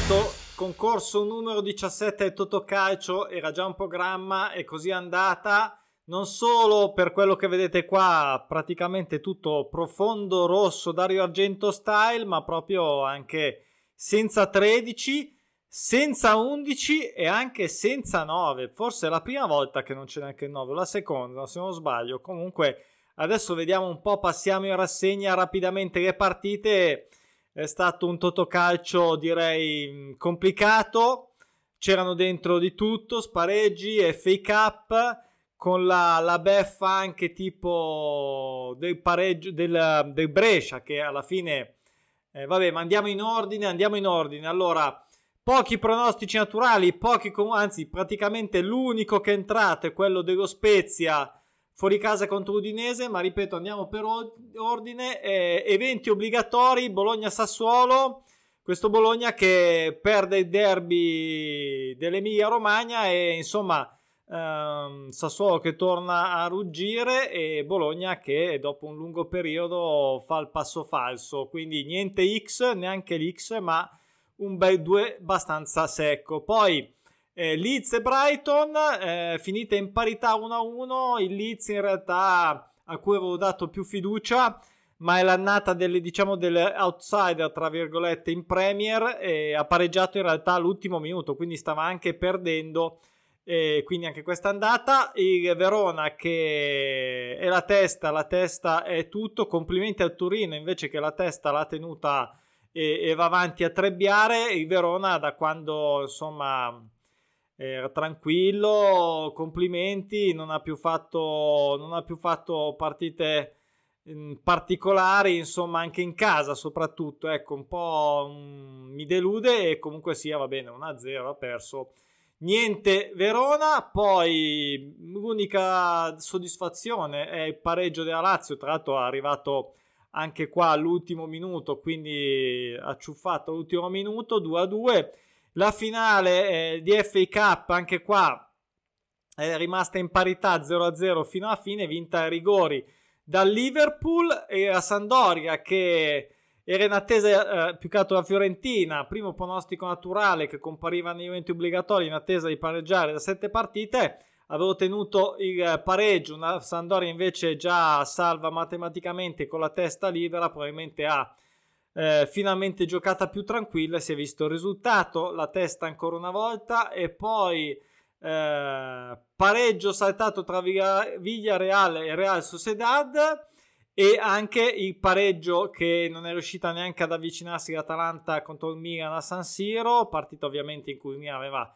Concorso numero 17 del Totocalcio, era già un programma e così è andata. Non solo per quello che vedete qua, praticamente tutto profondo rosso Dario Argento style, ma proprio anche senza 13, senza 11 e anche senza 9. Forse è la prima volta che non c'è neanche il 9, la seconda se non sbaglio. Comunque adesso vediamo un po', passiamo in rassegna rapidamente le partite. È stato un Totocalcio direi complicato, c'erano dentro di tutto, spareggi, FA Cup, con la beffa anche tipo del pareggio del Brescia, che alla fine vabbè, ma andiamo in ordine. Allora, pochi pronostici naturali, anzi praticamente l'unico che è entrato è quello dello Spezia fuori casa contro Udinese, ma ripeto, andiamo per ordine. Eventi obbligatori: Bologna-Sassuolo, questo Bologna che perde il derby dell'Emilia Romagna e insomma Sassuolo che torna a ruggire e Bologna che dopo un lungo periodo fa il passo falso, quindi niente X, neanche l'X, ma un bel 2 abbastanza secco. Poi Leeds e Brighton, finita in parità 1-1. Il Leeds in realtà a cui avevo dato più fiducia, ma è l'annata delle outsider tra virgolette in Premier, e ha pareggiato in realtà all'ultimo minuto, quindi stava anche perdendo, quindi anche questa andata. Il Verona che è la testa è tutto, complimenti al Torino invece che la testa l'ha tenuta e va avanti a trebbiare. Il Verona da quando insomma era tranquillo, complimenti, non ha più fatto partite particolari, insomma anche in casa soprattutto, ecco, un po' mi delude, e comunque sia va bene, 1-0 ha perso, niente Verona. Poi l'unica soddisfazione è il pareggio della Lazio, tra l'altro è arrivato anche qua all'ultimo minuto, quindi acciuffato all'ultimo minuto, 2-2. La finale di FA Cup anche qua è rimasta in parità 0-0 fino alla fine, vinta ai rigori dal Liverpool, e la Sampdoria che era in attesa più che altro la Fiorentina, primo pronostico naturale che compariva negli eventi obbligatori in attesa di pareggiare da 7 partite, avevo tenuto il pareggio. Una Sampdoria invece già salva matematicamente con la testa libera, probabilmente ha finalmente giocata più tranquilla, si è visto il risultato, la testa ancora una volta. E poi pareggio saltato tra Villarreal e Real Sociedad, e anche il pareggio che non è riuscita neanche ad avvicinarsi l'Atalanta contro il Milan a San Siro, partita ovviamente in cui il Milan aveva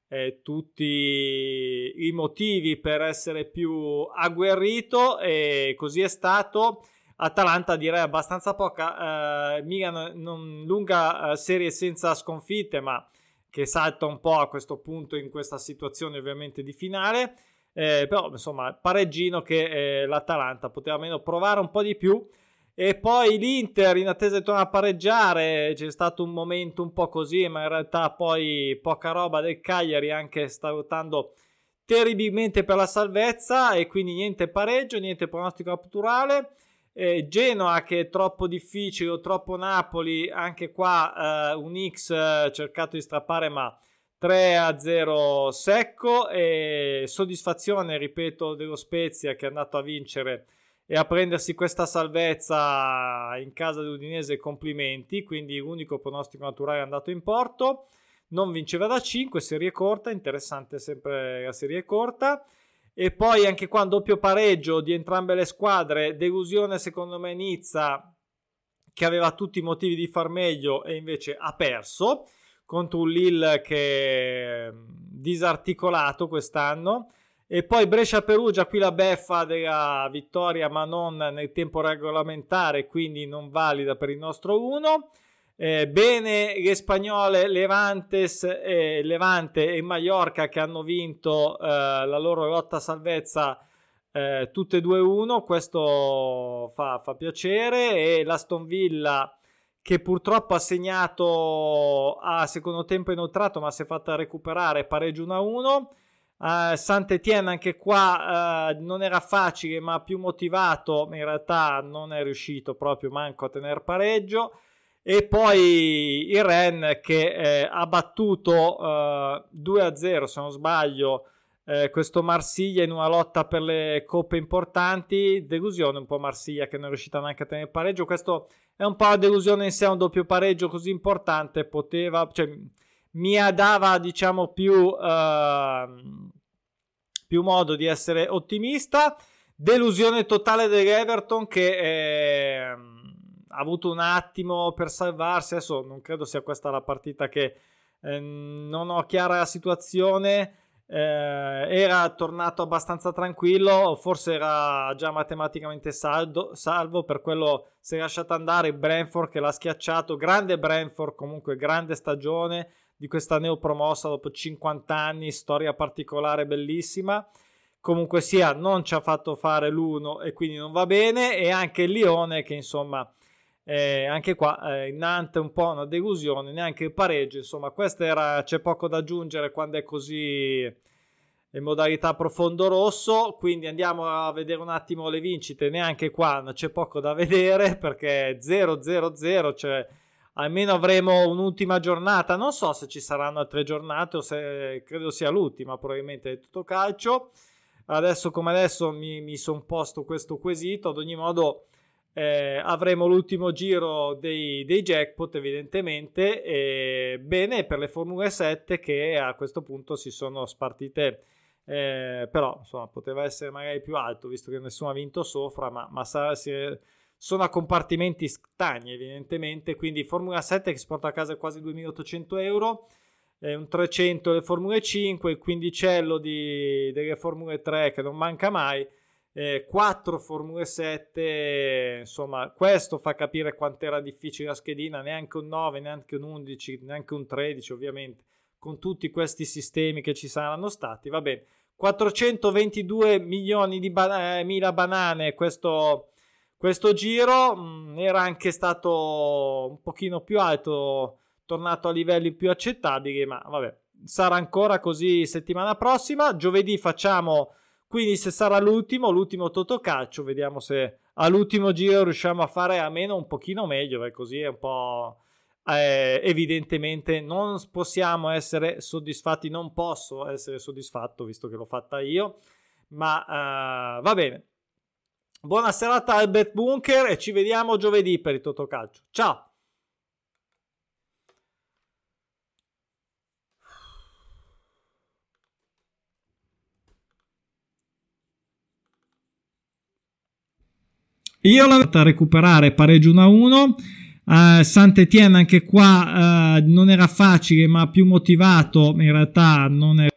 tutti i motivi per essere più agguerrito, e così è stato. Atalanta direi abbastanza poca, Milan lunga serie senza sconfitte, ma che salta un po' a questo punto in questa situazione ovviamente di finale, però insomma pareggino che l'Atalanta poteva almeno provare un po' di più. E poi l'Inter in attesa di tornare a pareggiare, c'è stato un momento un po' così, ma in realtà poi poca roba del Cagliari, anche sta lottando terribilmente per la salvezza, e quindi niente pareggio, niente pronostico naturale. Genoa che è troppo difficile, o troppo Napoli, anche qua un X cercato di strappare, ma 3-0 secco. E soddisfazione, ripeto, dello Spezia che è andato a vincere e a prendersi questa salvezza in casa dell'Udinese, complimenti. Quindi l'unico pronostico naturale è andato in porto, non vinceva da 5, serie corta, interessante sempre la serie corta. E poi anche qua un doppio pareggio di entrambe le squadre, delusione secondo me Nizza, che aveva tutti i motivi di far meglio e invece ha perso contro un Lille che è disarticolato quest'anno. E poi Brescia-Perugia, qui la beffa della vittoria ma non nel tempo regolamentare, quindi non valida per il nostro 1. Bene le spagnole Levante e Mallorca che hanno vinto la loro lotta a salvezza tutte e 2-1, questo fa piacere. E l'Aston Villa che purtroppo ha segnato a secondo tempo inoltrato, ma si è fatta recuperare, pareggio 1-1. Saint-Étienne anche qua non era facile ma più motivato, ma in realtà non è riuscito proprio manco a tenere pareggio. e poi il Rennes che ha battuto 2-0 se non sbaglio questo Marsiglia in una lotta per le coppe importanti. Delusione un po' Marsiglia che non è riuscita neanche a tenere pareggio. Questo è un po' la delusione in sé, un doppio pareggio così importante poteva, cioè mi dava diciamo più modo di essere ottimista. Delusione totale dell'Everton che ha avuto un attimo per salvarsi. Adesso non credo sia questa la partita che non ho chiara la situazione. Era tornato abbastanza tranquillo, forse era già matematicamente salvo, per quello si è lasciato andare il Brentford che l'ha schiacciato. Grande Brentford, comunque grande stagione di questa neopromossa dopo 50 anni, storia particolare bellissima. Comunque sia, non ci ha fatto fare l'1 e quindi non va bene. E anche il Lione che insomma anche qua in Nantes un po' una delusione, neanche il pareggio. Insomma, c'è poco da aggiungere quando è così in modalità profondo rosso. Quindi andiamo a vedere un attimo le vincite. Neanche qua c'è poco da vedere perché 0-0-0, cioè almeno avremo un'ultima giornata. Non so se ci saranno altre giornate o se credo sia l'ultima probabilmente di tutto calcio. Adesso come adesso mi sono posto questo quesito. Ad ogni modo avremo l'ultimo giro dei jackpot evidentemente. Bene per le Formule 7 che a questo punto si sono spartite, però insomma poteva essere magari più alto visto che nessuno ha vinto sopra, ma sono a compartimenti stagni evidentemente. Quindi Formula 7 che si porta a casa quasi 2.800 euro, un 300 le Formule 5, il quindicello delle Formule 3 che non manca mai, 4 Formule 7. Insomma, questo fa capire quanto era difficile la schedina. Neanche un 9, neanche un 11, neanche un 13 ovviamente, con tutti questi sistemi che ci saranno stati. Va bene, 422 milioni di mila banane questo giro. Era anche stato un pochino più alto, tornato a livelli più accettabili, ma vabbè, sarà ancora così settimana prossima. Giovedì facciamo, quindi se sarà l'ultimo Totocalcio, vediamo se all'ultimo giro riusciamo a fare almeno un pochino meglio, perché così è un po' evidentemente non possiamo essere soddisfatti. Non posso essere soddisfatto visto che l'ho fatta io, ma va bene. Buona serata Albert Bunker e ci vediamo giovedì per il Totocalcio. Ciao. Io l'ho andata a recuperare pareggio 1-1. Saint-Étienne anche qua non era facile, ma più motivato in realtà non è